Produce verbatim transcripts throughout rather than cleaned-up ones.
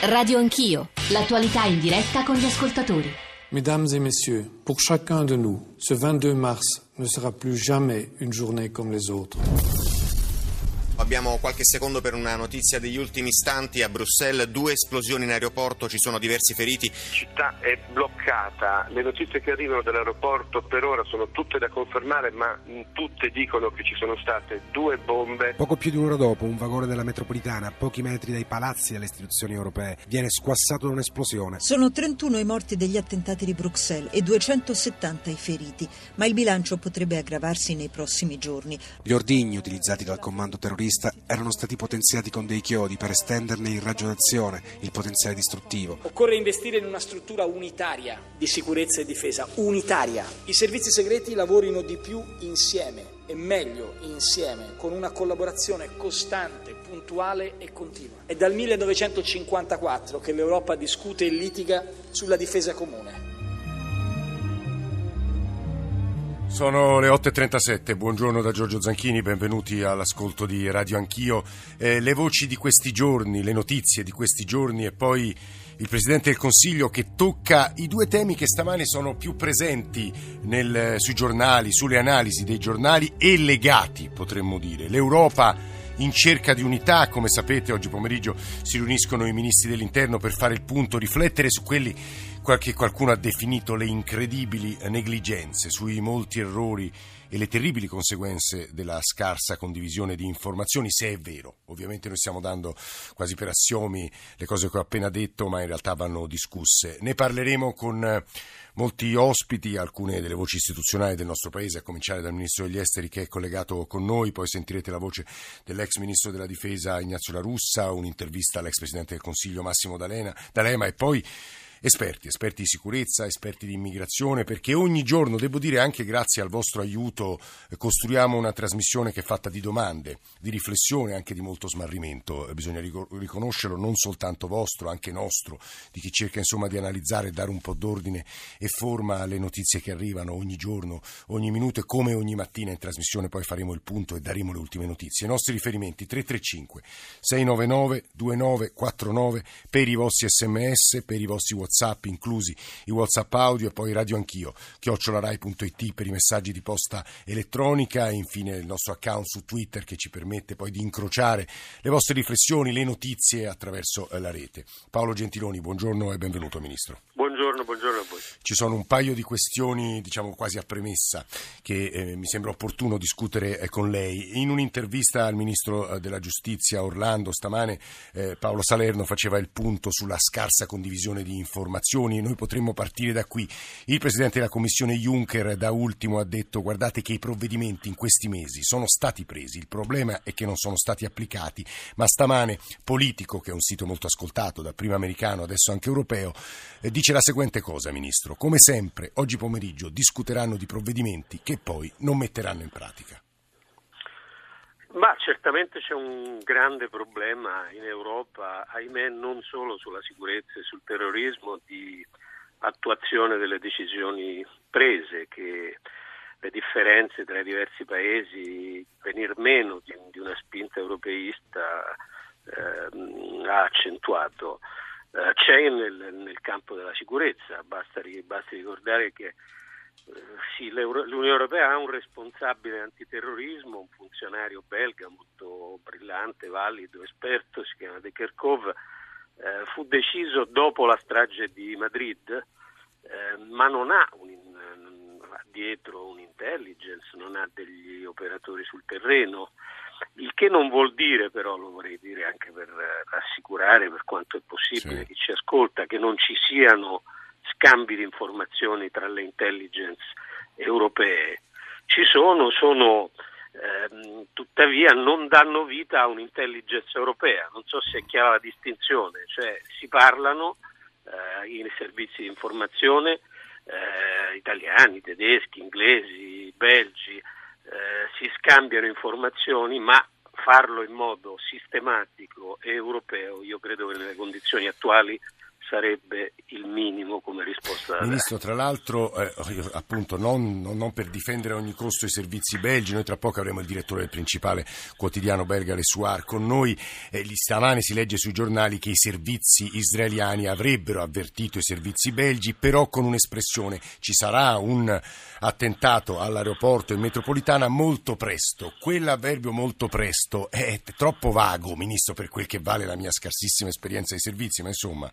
Radio Anch'io, l'attualità in diretta con gli ascoltatori. Mesdames et messieurs, pour chacun de nous, ce vingt-deux mars ne sera plus jamais une journée comme les autres. Abbiamo qualche secondo per una notizia degli ultimi istanti. A Bruxelles due esplosioni in aeroporto, ci sono diversi feriti. La città è bloccata, le notizie che arrivano dall'aeroporto per ora sono tutte da confermare, ma tutte dicono che ci sono state due bombe. Poco più di un'ora dopo, un vagone della metropolitana, a pochi metri dai palazzi e alle istituzioni europee, viene squassato da un'esplosione. Sono trentuno i morti degli attentati di Bruxelles e duecentosettanta i feriti, ma il bilancio potrebbe aggravarsi nei prossimi giorni. Gli ordigni utilizzati dal comando terrorista erano stati potenziati con dei chiodi per estenderne il raggio d'azione, il potenziale distruttivo. Occorre investire in una struttura unitaria di sicurezza e difesa, unitaria. I servizi segreti lavorino di più insieme e meglio insieme, con una collaborazione costante, puntuale e continua. È dal millenovecentocinquantaquattro che l'Europa discute e litiga sulla difesa comune. Sono le otto e trentasette, buongiorno da Giorgio Zanchini, benvenuti all'ascolto di Radio Anch'io. Eh, le voci di questi giorni, le notizie di questi giorni e poi il Presidente del Consiglio che tocca i due temi che stamane sono più presenti nel, sui giornali, sulle analisi dei giornali e legati, potremmo dire. L'Europa in cerca di unità, come sapete oggi pomeriggio si riuniscono i ministri dell'interno per fare il punto, riflettere su quelli che qualcuno ha definito le incredibili negligenze, sui molti errori e le terribili conseguenze della scarsa condivisione di informazioni, se è vero. Ovviamente noi stiamo dando quasi per assiomi le cose che ho appena detto, ma in realtà vanno discusse. Ne parleremo con molti ospiti, alcune delle voci istituzionali del nostro paese, a cominciare dal Ministro degli Esteri che è collegato con noi, poi sentirete la voce dell'ex Ministro della Difesa Ignazio La Russa, un'intervista all'ex Presidente del Consiglio Massimo D'Alema e poi Esperti, esperti di sicurezza, esperti di immigrazione, perché ogni giorno, devo dire anche grazie al vostro aiuto, costruiamo una trasmissione che è fatta di domande, di riflessione, anche di molto smarrimento, bisogna riconoscerlo, non soltanto vostro, anche nostro, di chi cerca insomma di analizzare e dare un po' d'ordine e forma alle notizie che arrivano ogni giorno, ogni minuto e come ogni mattina in trasmissione poi faremo il punto e daremo le ultime notizie. I nostri riferimenti tre tre cinque sei nove nove due nove quattro nove per i vostri sms, per i vostri WhatsApp, WhatsApp, inclusi i WhatsApp audio, e poi Radio Anch'io, chiocciolarai punto it per i messaggi di posta elettronica, e infine il nostro account su Twitter che ci permette poi di incrociare le vostre riflessioni, le notizie attraverso la rete. Paolo Gentiloni, buongiorno e benvenuto Ministro. Buongiorno, buongiorno a voi. Ci sono un paio di questioni, diciamo quasi a premessa, che eh, mi sembra opportuno discutere eh, con lei. In un'intervista al Ministro eh, della Giustizia Orlando stamane, eh, Paolo Salerno faceva il punto sulla scarsa condivisione di informazioni. Noi potremmo partire da qui. Il Presidente della Commissione Juncker da ultimo ha detto: guardate che i provvedimenti in questi mesi sono stati presi, il problema è che non sono stati applicati, ma stamane Politico, che è un sito molto ascoltato, da prima americano adesso anche europeo, eh, dice la seguente cosa, Ministro: come sempre oggi pomeriggio discuteranno di provvedimenti che poi non metteranno in pratica. Ma certamente c'è un grande problema in Europa, ahimè, non solo sulla sicurezza e sul terrorismo, di attuazione delle decisioni prese, che le differenze tra i diversi paesi, venir meno di, di una spinta europeista eh, ha accentuato. Eh, c'è nel, nel campo della sicurezza, basta, basta ricordare che Sì, l'Unione Europea ha un responsabile antiterrorismo, un funzionario belga molto brillante, valido, esperto, si chiama De Kerchove, eh, fu deciso dopo la strage di Madrid, eh, ma non ha un, dietro un'intelligence, non ha degli operatori sul terreno, il che non vuol dire, però lo vorrei dire anche per rassicurare per quanto è possibile sì. chi ci ascolta, che non ci siano scambi di informazioni tra le intelligence europee. Ci sono, sono ehm, tuttavia non danno vita a un'intelligence europea. Non so se è chiara la distinzione, cioè si parlano eh, i servizi di informazione eh, italiani, tedeschi, inglesi, belgi, eh, si scambiano informazioni, ma farlo in modo sistematico e europeo, io credo che nelle condizioni attuali sarebbe il minimo come risposta da dare. Ministro, tra l'altro, eh, appunto, non, non per difendere a ogni costo i servizi belgi, noi tra poco avremo il direttore del principale quotidiano belga Le Soir con noi, eh, stamane si legge sui giornali che i servizi israeliani avrebbero avvertito i servizi belgi, però con un'espressione: ci sarà un attentato all'aeroporto in metropolitana molto presto. Quell'avverbio molto presto è troppo vago, Ministro, per quel che vale la mia scarsissima esperienza di servizi, ma insomma...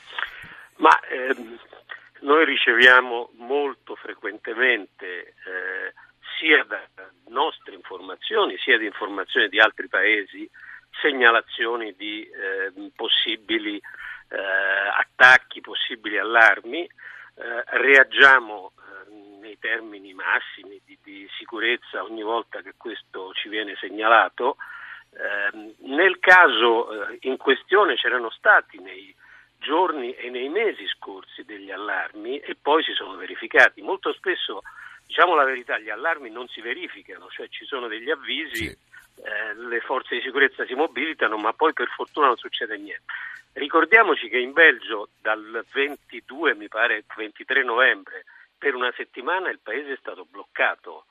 Ma ehm, noi riceviamo molto frequentemente eh, sia da nostre informazioni sia di informazioni di altri paesi segnalazioni di eh, possibili eh, attacchi, possibili allarmi, eh, reagiamo eh, nei termini massimi di, di sicurezza ogni volta che questo ci viene segnalato. Eh, nel caso eh, in questione c'erano stati nei giorni e nei mesi scorsi degli allarmi e poi si sono verificati. Molto spesso, diciamo la verità, gli allarmi non si verificano, cioè ci sono degli avvisi, sì. eh, le forze di sicurezza si mobilitano, ma poi per fortuna non succede niente. Ricordiamoci che in Belgio dal ventidue, mi pare ventitré novembre, per una settimana il paese è stato bloccato,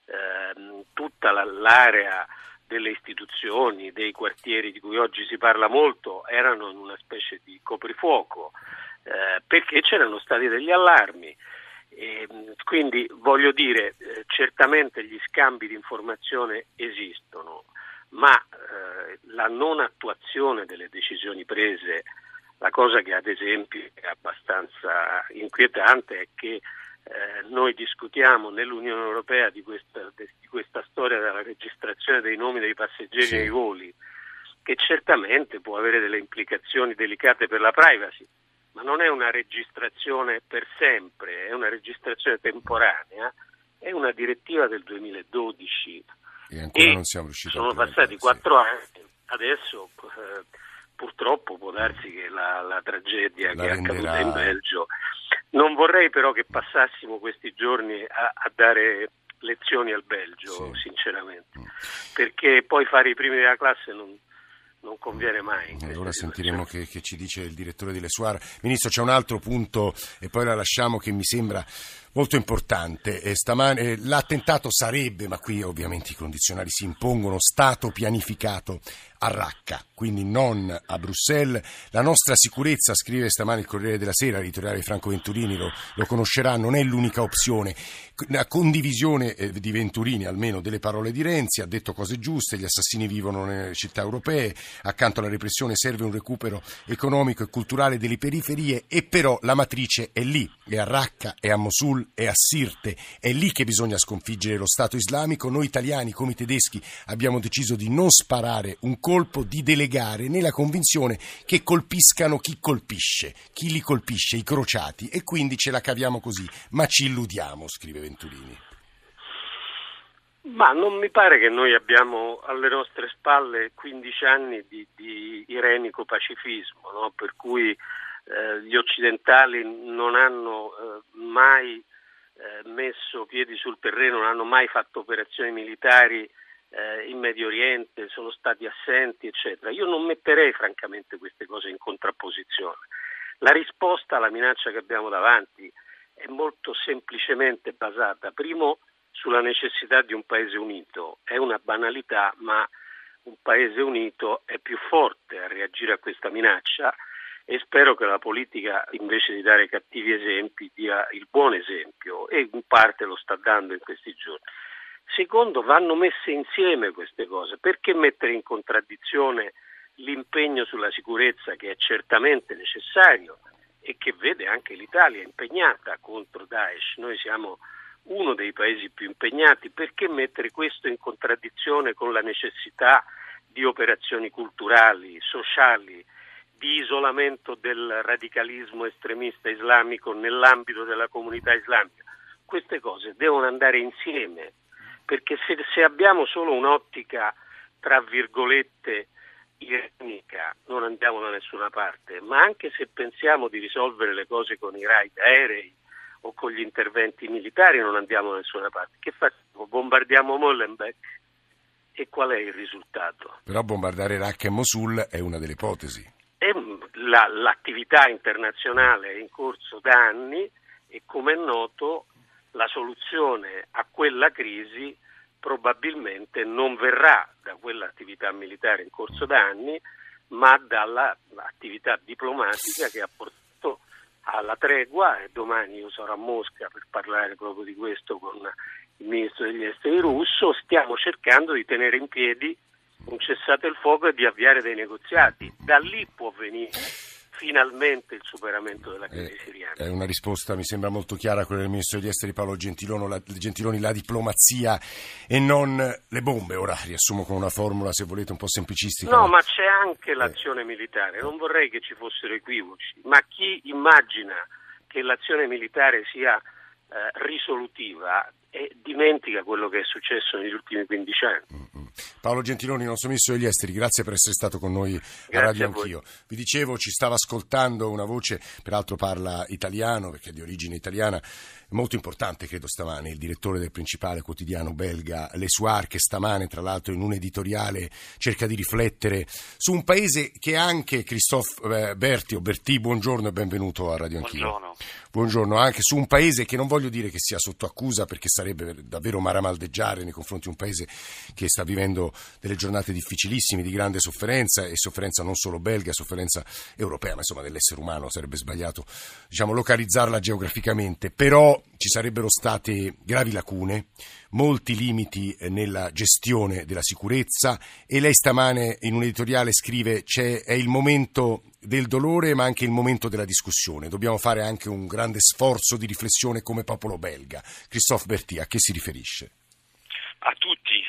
eh, tutta la, l'area delle istituzioni, dei quartieri di cui oggi si parla molto, erano in una specie di coprifuoco, eh, perché c'erano stati degli allarmi. E, quindi voglio dire, eh, certamente gli scambi di informazione esistono, ma eh, la non attuazione delle decisioni prese, la cosa che ad esempio è abbastanza inquietante è che Eh, noi discutiamo nell'Unione Europea di questa, di questa storia della registrazione dei nomi dei passeggeri sì. nei voli, che certamente può avere delle implicazioni delicate per la privacy, ma non è una registrazione per sempre, è una registrazione temporanea, è una direttiva del duemiladodici e ancora e non siamo riusciti sono a passati quattro sì. anni, adesso eh, purtroppo può darsi che la, la tragedia la che renderà... è accaduta in Belgio. Non vorrei però che passassimo questi giorni a, a dare lezioni al Belgio, sì. sinceramente, perché poi fare i primi della classe non, non conviene mai. Ora sentiremo che, che ci dice il direttore di Le Soir. Ministro, c'è un altro punto e poi la lasciamo che mi sembra molto importante. Eh, stamane, eh, l'attentato sarebbe, ma qui ovviamente i condizionali si impongono, stato pianificato a Raqqa, quindi non a Bruxelles. La nostra sicurezza, scrive stamane il Corriere della Sera, l'editoriale di Franco Venturini lo, lo conoscerà, non è l'unica opzione. La condivisione eh, di Venturini, almeno delle parole di Renzi, ha detto cose giuste: gli assassini vivono nelle città europee, accanto alla repressione serve un recupero economico e culturale delle periferie, e però la matrice è lì, è a Raqqa, è a Mosul, è a Sirte, è lì che bisogna sconfiggere lo Stato islamico. Noi italiani, come i tedeschi, abbiamo deciso di non sparare un colpo, di delegare nella convinzione che colpiscano chi colpisce, chi li colpisce, i crociati, e quindi ce la caviamo così, ma ci illudiamo, scrive Venturini. Ma non mi pare che noi abbiamo alle nostre spalle quindici anni di, di irenico pacifismo, no? Per cui eh, gli occidentali non hanno eh, mai eh, messo piedi sul terreno, non hanno mai fatto operazioni militari Eh, in Medio Oriente, sono stati assenti, eccetera. Io non metterei francamente queste cose in contrapposizione. La risposta alla minaccia che abbiamo davanti è molto semplicemente basata, primo, sulla necessità di un paese unito. È una banalità, ma un paese unito è più forte a reagire a questa minaccia, e spero che la politica, invece di dare cattivi esempi, dia il buon esempio, e in parte lo sta dando in questi giorni. Secondo, vanno messe insieme queste cose. Perché mettere in contraddizione l'impegno sulla sicurezza, che è certamente necessario e che vede anche l'Italia impegnata contro Daesh? Noi siamo uno dei paesi più impegnati. Perché mettere questo in contraddizione con la necessità di operazioni culturali, sociali, di isolamento del radicalismo estremista islamico nell'ambito della comunità islamica? Queste cose devono andare insieme. Perché se, se abbiamo solo un'ottica, tra virgolette, irenica, non andiamo da nessuna parte, ma anche se pensiamo di risolvere le cose con i raid aerei o con gli interventi militari non andiamo da nessuna parte. Che facciamo? Bombardiamo Molenbeek? E qual è il risultato? Però bombardare Raqqa e Mosul è una delle ipotesi. E la, l'attività internazionale è in corso da anni e, come è noto, la soluzione a quella crisi probabilmente non verrà da quell'attività militare in corso da anni, ma dall'attività diplomatica che ha portato alla tregua, e domani io sarò a Mosca per parlare proprio di questo con il ministro degli esteri russo. Stiamo cercando di tenere in piedi un cessate il fuoco e di avviare dei negoziati. Da lì può venire finalmente il superamento della crisi eh, siriana. È una risposta, mi sembra molto chiara, quella del ministro degli esteri Paolo Gentiloni, la, Gentiloni, la diplomazia e non le bombe. Ora riassumo con una formula, se volete, un po' semplicistica. No, ma c'è anche l'azione militare, non vorrei che ci fossero equivoci, ma chi immagina che l'azione militare sia eh, risolutiva e dimentica quello che è successo negli ultimi quindici anni. Mm-hmm. Paolo Gentiloni, nostro ministro degli esteri, grazie per essere stato con noi a Radio Anch'io. Vi dicevo, ci stava ascoltando una voce, peraltro parla italiano perché è di origine italiana, molto importante credo stamane, il direttore del principale quotidiano belga Le Soir, che stamane tra l'altro in un editoriale cerca di riflettere su un paese che anche Christophe Berti o Berti, buongiorno e benvenuto a Radio Anch'io. Buongiorno. Buongiorno, anche su un paese che non voglio dire che sia sotto accusa, perché sarebbe davvero maramaldeggiare nei confronti di un paese che sta vivendo delle giornate difficilissime, di grande sofferenza, e sofferenza non solo belga, sofferenza europea, ma insomma dell'essere umano, sarebbe sbagliato, diciamo, localizzarla geograficamente, però ci sarebbero state gravi lacune, molti limiti nella gestione della sicurezza, e lei stamane in un editoriale scrive c'è è il momento del dolore ma anche il momento della discussione, dobbiamo fare anche un grande sforzo di riflessione come popolo belga. Christophe Berti, a che si riferisce? A tutti,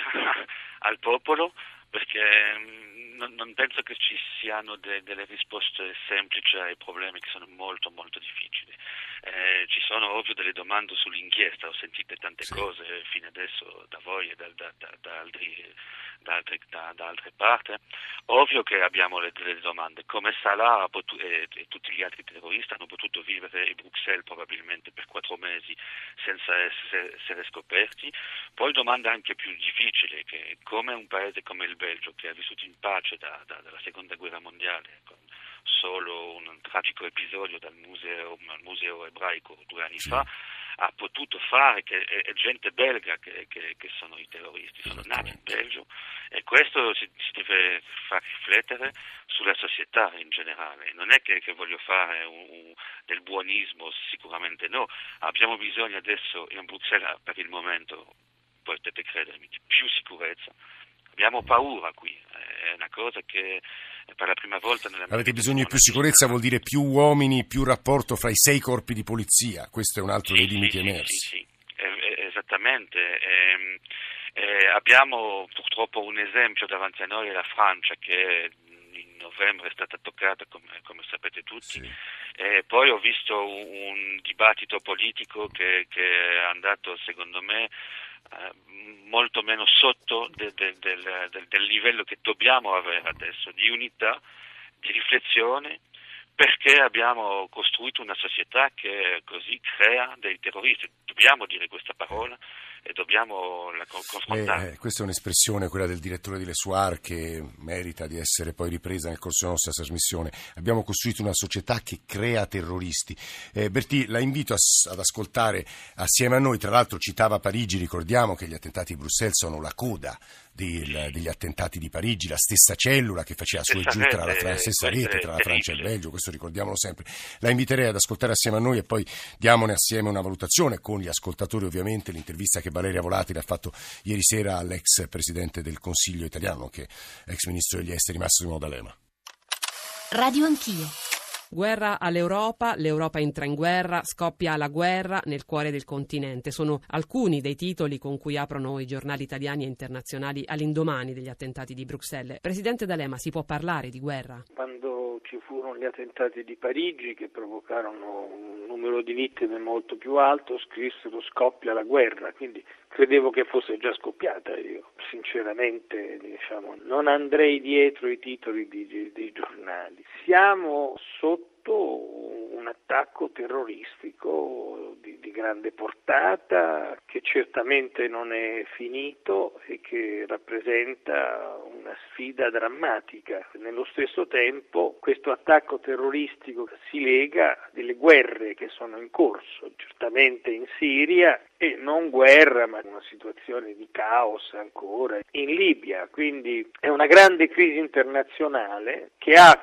al popolo, perché non, non penso che ci siano de, delle risposte semplici ai problemi che sono molto molto difficili. Eh, ci sono ovvio delle domande sull'inchiesta, ho sentito tante sì. cose fino adesso da voi e da, da, da, da, altri, da, altri, da, da altre parti. Ovvio che abbiamo le, delle domande, come Salah potu- e, e tutti gli altri terroristi hanno potuto vivere a Bruxelles probabilmente per quattro mesi senza essere, essere scoperti. Poi domanda anche più difficile, che come un paese come il Belgio, che ha vissuto in pace da, da, dalla seconda guerra mondiale, con solo un tragico episodio dal museo, al museo ebraico due anni sì. fa, ha potuto fare, che è, è gente belga che, che, che sono i terroristi, sono nati in Belgio, e questo si, si deve far riflettere sulla società in generale. Non è che, che voglio fare un, un, del buonismo, sicuramente no, abbiamo bisogno adesso in Bruxelles, per il momento, potete credermi, di più sicurezza. Abbiamo paura qui, è una cosa che per la prima volta nella mia Avete bisogno di più sicurezza, vuol dire più uomini, più rapporto fra i sei corpi di polizia, questo è un altro sì, dei limiti sì, emersi. Sì, sì, eh, esattamente. Eh, eh, abbiamo purtroppo un esempio davanti a noi, la Francia, che in novembre è stata toccata, come, come sapete tutti. Sì. E poi ho visto un, un dibattito politico che, che è andato, secondo me, molto meno sotto de, de, del, del, del livello che dobbiamo avere adesso, di unità, di riflessione, perché abbiamo costruito una società che così crea dei terroristi. Dobbiamo dire questa parola e dobbiamo la confrontare. Eh, eh, questa è un'espressione, quella del direttore di Le Soir, che merita di essere poi ripresa nel corso della nostra trasmissione. Abbiamo costruito una società che crea terroristi. Eh, Berti, la invito a, ad ascoltare assieme a noi, tra l'altro citava Parigi, ricordiamo che gli attentati di Bruxelles sono la coda del, degli attentati di Parigi, la stessa cellula che faceva su e giù tra la, tra la stessa rete tra la Francia e il Belgio, questo ricordiamolo sempre. La inviterei ad ascoltare assieme a noi e poi diamone assieme una valutazione con gli ascoltatori, ovviamente, l'intervista che Valeria Volatile ha fatto ieri sera all'ex presidente del Consiglio italiano, che è ex ministro degli esteri Massimo D'Alema. Radio Anch'io. Guerra all'Europa, l'Europa entra in guerra, scoppia la guerra nel cuore del continente. Sono alcuni dei titoli con cui aprono i giornali italiani e internazionali all'indomani degli attentati di Bruxelles. Presidente D'Alema, si può parlare di guerra? Quando ci furono gli attentati di Parigi, che provocarono un numero di vittime molto più alto, scrissero scoppia la guerra, quindi credevo che fosse già scoppiata. Io sinceramente, diciamo, non andrei dietro i titoli di, dei giornali. Siamo sotto un attacco terroristico di, di grande portata, che certamente non è finito e che rappresenta una sfida drammatica. Nello stesso tempo questo attacco terroristico si lega a delle guerre che sono in corso, certamente in Siria, e non guerra ma una situazione di caos ancora in Libia, quindi è una grande crisi internazionale che ha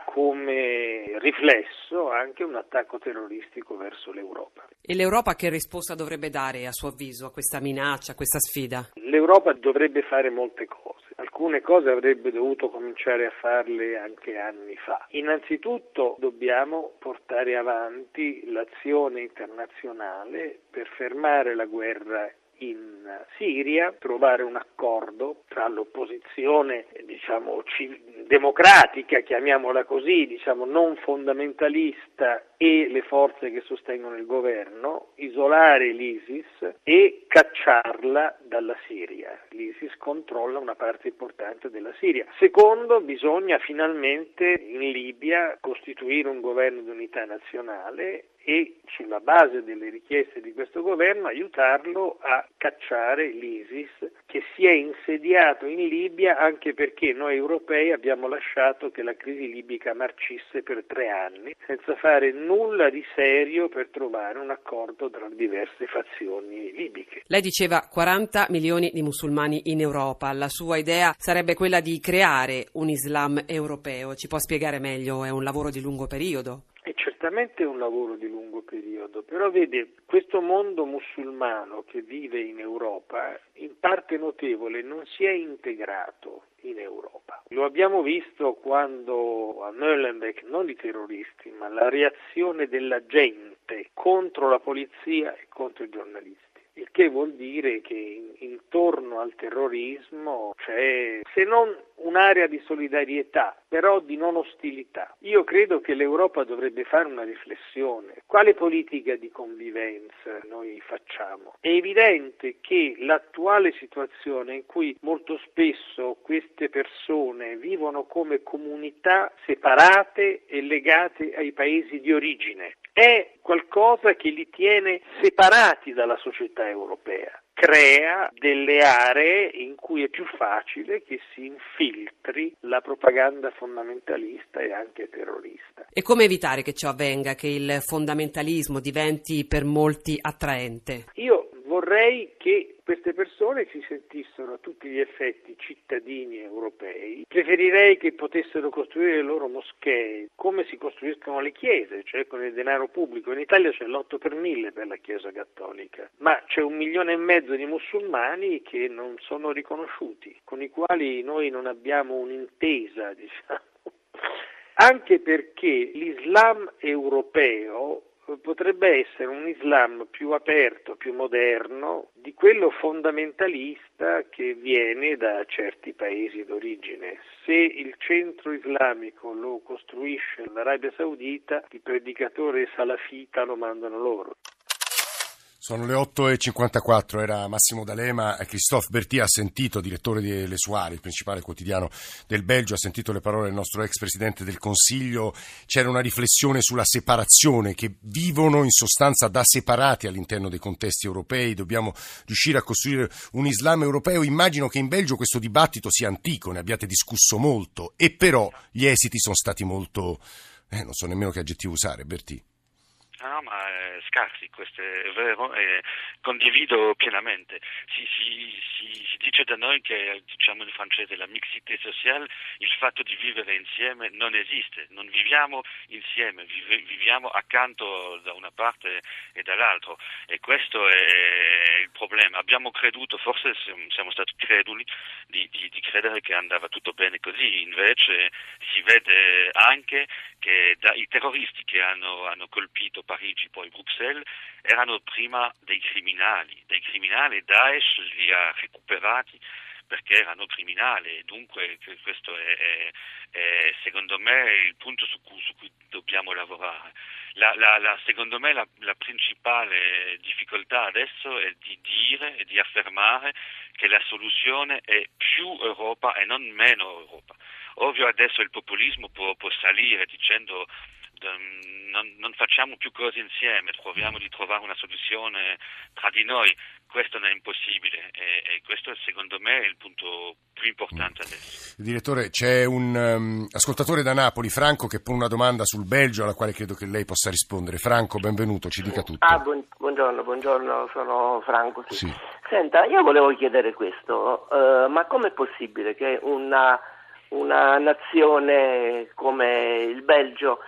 come riflesso anche un attacco terroristico verso l'Europa. E l'Europa che risposta dovrebbe dare a suo avviso a questa minaccia, a questa sfida? L'Europa dovrebbe fare molte cose. Alcune cose avrebbe dovuto cominciare a farle anche anni fa. Innanzitutto dobbiamo portare avanti l'azione internazionale per fermare la guerra in Siria, trovare un accordo tra l'opposizione, diciamo, democratica, chiamiamola così, diciamo non fondamentalista, e le forze che sostengono il governo, isolare l'ISIS e cacciarla dalla Siria. L'ISIS controlla una parte importante della Siria. Secondo, bisogna finalmente in Libia costituire un governo di unità nazionale e sulla base delle richieste di questo governo aiutarlo a cacciare l'ISIS che si è insediato in Libia, anche perché noi europei abbiamo lasciato che la crisi libica marcisse per tre anni senza fare nulla di serio per trovare un accordo tra diverse fazioni libiche. Lei diceva quaranta milioni di musulmani in Europa, la sua idea sarebbe quella di creare un Islam europeo, ci può spiegare meglio? È un lavoro di lungo periodo? È certamente un lavoro di lungo periodo, però vede, questo mondo musulmano che vive in Europa in parte notevole non si è integrato in Europa. Lo abbiamo visto quando a Molenbeek, non i terroristi, ma la reazione della gente contro la polizia e contro i giornalisti. Il che vuol dire che intorno al terrorismo c'è, se non un'area di solidarietà, però di non ostilità. Io credo che l'Europa dovrebbe fare una riflessione. Quale politica di convivenza noi facciamo? È evidente che l'attuale situazione in cui molto spesso queste persone vivono come comunità separate e legate ai paesi di origine è qualcosa che li tiene separati dalla società europea. Crea delle aree in cui è più facile che si infiltri la propaganda fondamentalista e anche terrorista. E come evitare che ciò avvenga, che il fondamentalismo diventi per molti attraente? Io vorrei che queste persone si sentissero a tutti gli effetti cittadini europei. Preferirei che potessero costruire le loro moschee come si costruiscono le chiese, cioè con il denaro pubblico. In Italia c'è l'otto per mille per la Chiesa cattolica, ma c'è un milione e mezzo di musulmani che non sono riconosciuti, con i quali noi non abbiamo un'intesa, diciamo. Anche perché l'Islam europeo potrebbe essere un Islam più aperto, più moderno di quello fondamentalista che viene da certi paesi d'origine. Se il centro islamico lo costruisce l'Arabia Saudita, il predicatore salafita lo mandano loro. Sono le otto e cinquantaquattro, era Massimo D'Alema. Christophe Berthier ha sentito, direttore di Le Soir, il principale quotidiano del Belgio, ha sentito le parole del nostro ex Presidente del Consiglio. C'era una riflessione sulla separazione, che vivono in sostanza da separati all'interno dei contesti europei. Dobbiamo riuscire a costruire un Islam europeo. Immagino che in Belgio questo dibattito sia antico, ne abbiate discusso molto, e però gli esiti sono stati molto, eh, non so nemmeno che aggettivo usare, Berthier. No, ma eh, scarsi, questo è vero, e condivido pienamente. Si, si, si, si dice da noi che, diciamo in francese, la mixité sociale, il fatto di vivere insieme non esiste, non viviamo insieme, vive, viviamo accanto da una parte e dall'altro, e questo è il problema. Abbiamo creduto, forse siamo stati creduli di, di, di credere che andava tutto bene così, invece si vede anche che da, i terroristi che hanno, hanno colpito Parigi, poi Bruxelles, erano prima dei criminali, dei criminali. Daesh li ha recuperati perché erano criminali, e dunque questo è, è, è secondo me il punto su cui, su cui dobbiamo lavorare. La, la, la, secondo me la, la principale difficoltà adesso è di dire e di affermare che la soluzione è più Europa e non meno Europa. Ovvio adesso il populismo può, può salire dicendo non, non facciamo più cose insieme, proviamo di trovare una soluzione tra di noi. Questo non è impossibile e, e questo secondo me è il punto più importante adesso. Direttore, c'è un um, ascoltatore da Napoli, Franco, che pone una domanda sul Belgio alla quale credo che lei possa rispondere. Franco, benvenuto, ci dica tutto. Ah, buon, buongiorno, buongiorno, sono Franco. Sì. Sì. Senta, io volevo chiedere questo, uh, ma com'è possibile che una, una nazione come il Belgio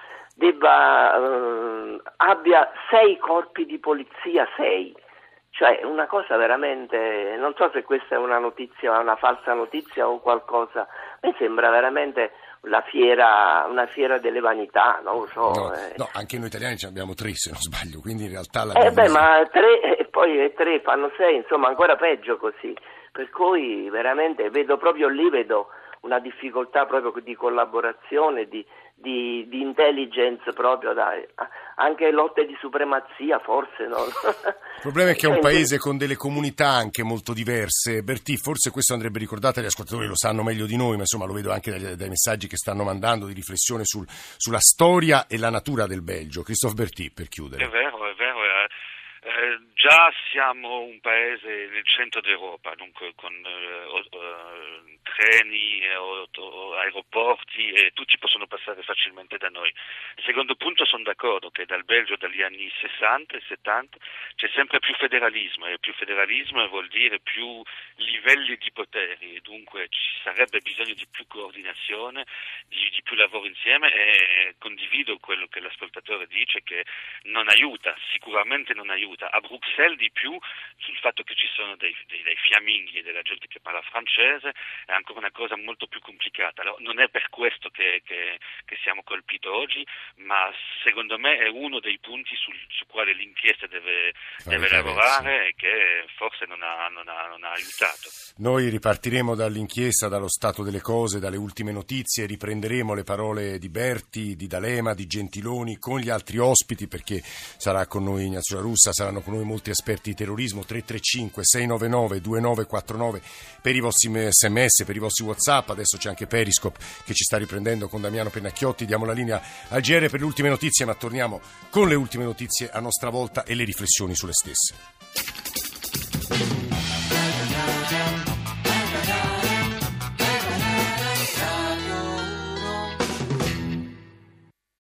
debba uh, abbia sei corpi di polizia, sei? Cioè una cosa veramente, non so se questa è una notizia, una falsa notizia o qualcosa, mi sembra veramente la fiera, una fiera delle vanità, non lo so. No, eh. no, anche noi italiani ce ne abbiamo tre se non sbaglio, quindi in realtà la Eh beh, ma tre e poi tre fanno sei, insomma ancora peggio così, per cui veramente vedo proprio lì, vedo una difficoltà proprio di collaborazione, di, di, di intelligence proprio, dai. Anche lotte di supremazia forse, no? Il problema è che è un paese con delle comunità anche molto diverse. Bertì, forse questo andrebbe ricordato, gli ascoltatori lo sanno meglio di noi, ma insomma lo vedo anche dai, dai messaggi che stanno mandando di riflessione sul, sulla storia e la natura del Belgio. Christophe Bertì, per chiudere. È vero, è vero. È... Eh, già siamo un paese nel centro d'Europa, dunque con eh, eh, treni, eh, o, o, aeroporti e tutti possono passare facilmente da noi. Secondo punto, sono d'accordo che dal Belgio dagli anni sessanta e settanta c'è sempre più federalismo e più federalismo vuol dire più livelli di poteri e dunque ci sarebbe bisogno di più coordinazione, di, di più lavoro insieme e condivido quello che l'ascoltatore dice che non aiuta, sicuramente non aiuta. A Bruxelles di più sul fatto che ci sono dei, dei, dei fiamminghi e della gente che parla francese è ancora una cosa molto più complicata. Allora, non è per questo che, che, che siamo colpiti oggi, ma secondo me è uno dei punti sul, su quale l'inchiesta deve, deve lavorare e che forse non ha, non, ha, non ha aiutato. Noi ripartiremo dall'inchiesta, dallo stato delle cose, dalle ultime notizie, riprenderemo le parole di Berti, di D'Alema, di Gentiloni con gli altri ospiti perché sarà con noi Ignazio La Russa, saranno con noi molti esperti di terrorismo. Tre tre cinque sei nove nove due nove quattro nove per i vostri sms, per i vostri WhatsApp. Adesso c'è anche Periscope che ci sta riprendendo con Damiano Pennacchiotti. Diamo la linea al G R per le ultime notizie, ma torniamo con le ultime notizie a nostra volta e le riflessioni sulle stesse.